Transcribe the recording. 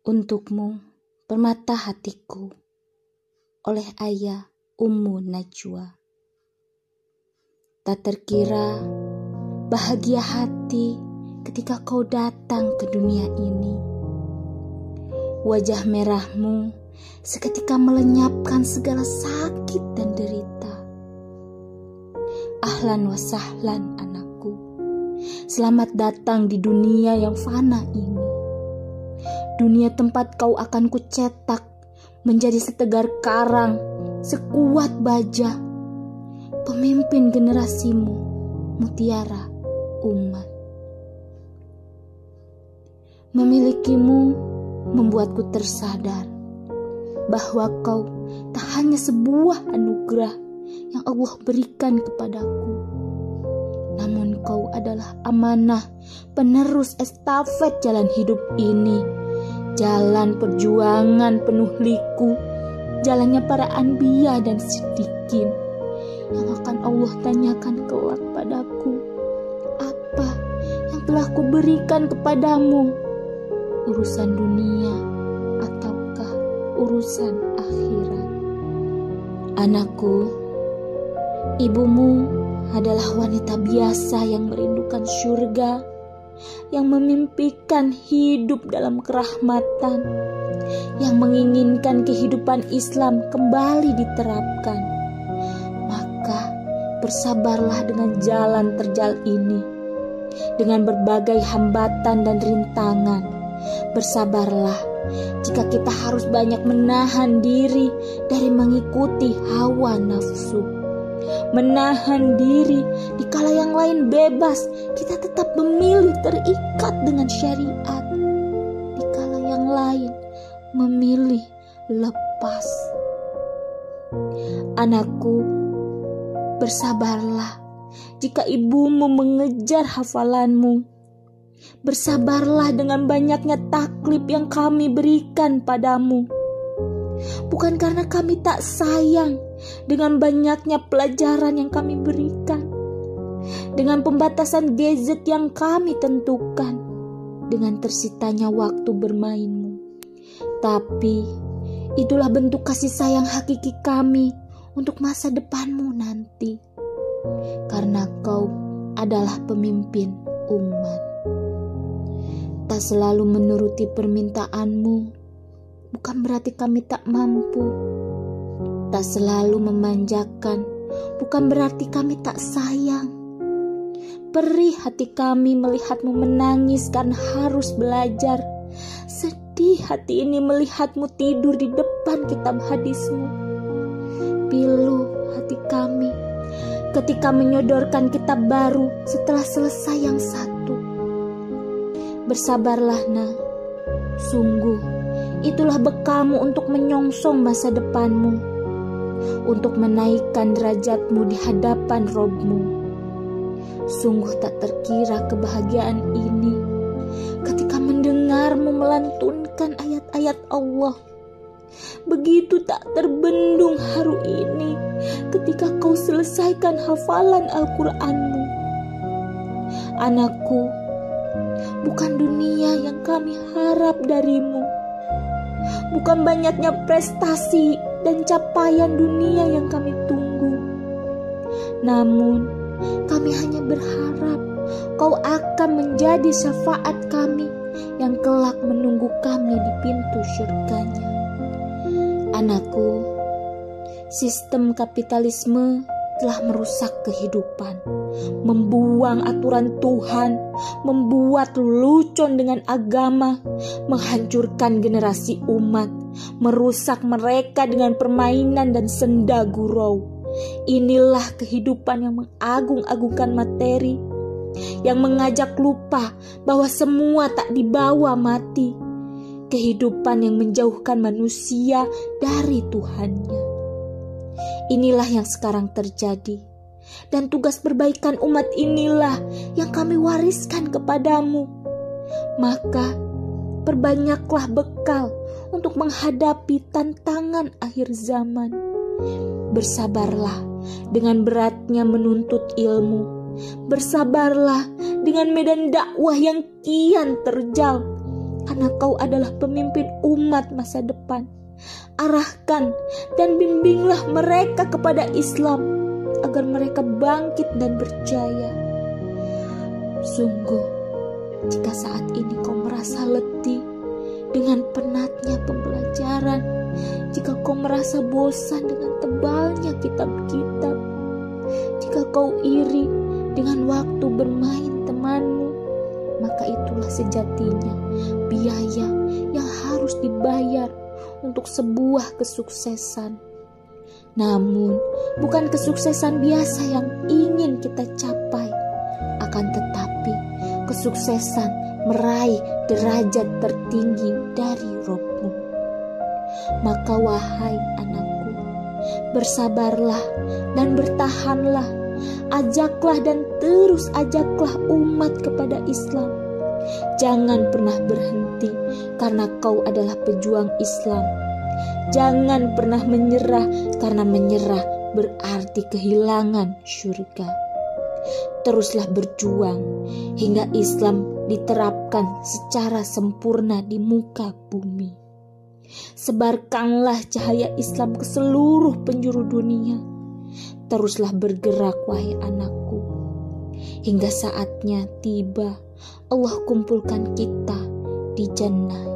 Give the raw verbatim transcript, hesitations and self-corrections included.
Untukmu, permata hatiku, oleh Ayah Ummu Najwa. Tak terkira bahagia hati ketika kau datang ke dunia ini. Wajah merahmu seketika melenyapkan segala sakit dan derita. Ahlan wa sahlan anakku, selamat datang di dunia yang fana ini. Dunia tempat kau akan kucetak menjadi setegar karang, sekuat baja, pemimpin generasimu, mutiara umat. Memilikimu membuatku tersadar bahwa kau tak hanya sebuah anugerah yang Allah berikan kepadaku, namun kau adalah amanah penerus estafet jalan hidup ini. Jalan perjuangan penuh liku, jalannya para anbiya dan siddiqin, yang akan Allah tanyakan kelak padaku, apa yang telah kuberikan kepadamu, urusan dunia ataukah urusan akhirat. Anakku, ibumu adalah wanita biasa yang merindukan surga, yang memimpikan hidup dalam kerahmatan, yang menginginkan kehidupan Islam kembali diterapkan. Maka bersabarlah dengan jalan terjal ini, dengan berbagai hambatan dan rintangan. Bersabarlah jika kita harus banyak menahan diri dari mengikuti hawa nafsu, menahan diri dikala yang lain bebas, kita tetap memilih terikat dengan syariat. Dikala yang lain memilih lepas. Anakku, bersabarlah jika ibumu mengejar hafalanmu. Bersabarlah dengan banyaknya taklif yang kami berikan padamu. Bukan karena kami tak sayang dengan banyaknya pelajaran yang kami berikan, dengan pembatasan gadget yang kami tentukan, dengan tersitanya waktu bermainmu. Tapi itulah bentuk kasih sayang hakiki kami untuk masa depanmu nanti, karena kau adalah pemimpin umat. Tak selalu menuruti permintaanmu bukan berarti kami tak mampu. Tak selalu memanjakan bukan berarti kami tak sayang. Perih hati kami melihatmu menangis karena harus belajar. Sedih hati ini melihatmu tidur di depan kitab hadismu. Pilu hati kami ketika menyodorkan kitab baru setelah selesai yang satu. Bersabarlah nak, sungguh itulah bekalmu untuk menyongsong masa depanmu, untuk menaikkan derajatmu di hadapan Robmu. Sungguh tak terkira kebahagiaan ini ketika mendengarmu melantunkan ayat-ayat Allah. Begitu tak terbendung haru ini ketika kau selesaikan hafalan Al-Qur'anmu. Anakku, bukan dunia yang kami harap darimu, bukan banyaknya prestasi dan capaian dunia yang kami tunggu. Namun, kami hanya berharap kau akan menjadi syafaat kami yang kelak menunggu kami di pintu surganya. Anakku, sistem kapitalisme telah merusak kehidupan, membuang aturan Tuhan, membuat lelucon dengan agama, menghancurkan generasi umat, merusak mereka dengan permainan dan senda gurau. Inilah kehidupan yang mengagung-agungkan materi, yang mengajak lupa bahwa semua tak dibawa mati. Kehidupan yang menjauhkan manusia dari Tuhannya. Inilah yang sekarang terjadi, dan tugas perbaikan umat inilah yang kami wariskan kepadamu. Maka perbanyaklah bekal untuk menghadapi tantangan akhir zaman. Bersabarlah dengan beratnya menuntut ilmu. Bersabarlah dengan medan dakwah yang kian terjal. karena Kau adalah pemimpin umat masa depan. Arahkan dan bimbinglah mereka kepada Islam, agar mereka bangkit dan berjaya. Sungguh, jika saat ini kau merasa letih dengan penatnya pembelajaran, jika kau merasa bosan dengan tebalnya kitab-kitab, jika kau iri dengan waktu bermain temanmu, maka itulah sejatinya biaya yang harus dibayar untuk sebuah kesuksesan. Namun, bukan kesuksesan biasa yang ingin kita capai, akan tetapi kesuksesan meraih derajat tertinggi dari Roh-Mu. Maka wahai anakku, bersabarlah dan bertahanlah, ajaklah dan terus ajaklah umat kepada Islam. Jangan pernah berhenti karena kau adalah pejuang Islam. Jangan pernah menyerah karena menyerah berarti kehilangan syurga. Teruslah berjuang hingga Islam diterapkan secara sempurna di muka bumi. Sebarkanlah cahaya Islam ke seluruh penjuru dunia. Teruslah bergerak wahai anakku, hingga saatnya tiba Allah kumpulkan kita di jannah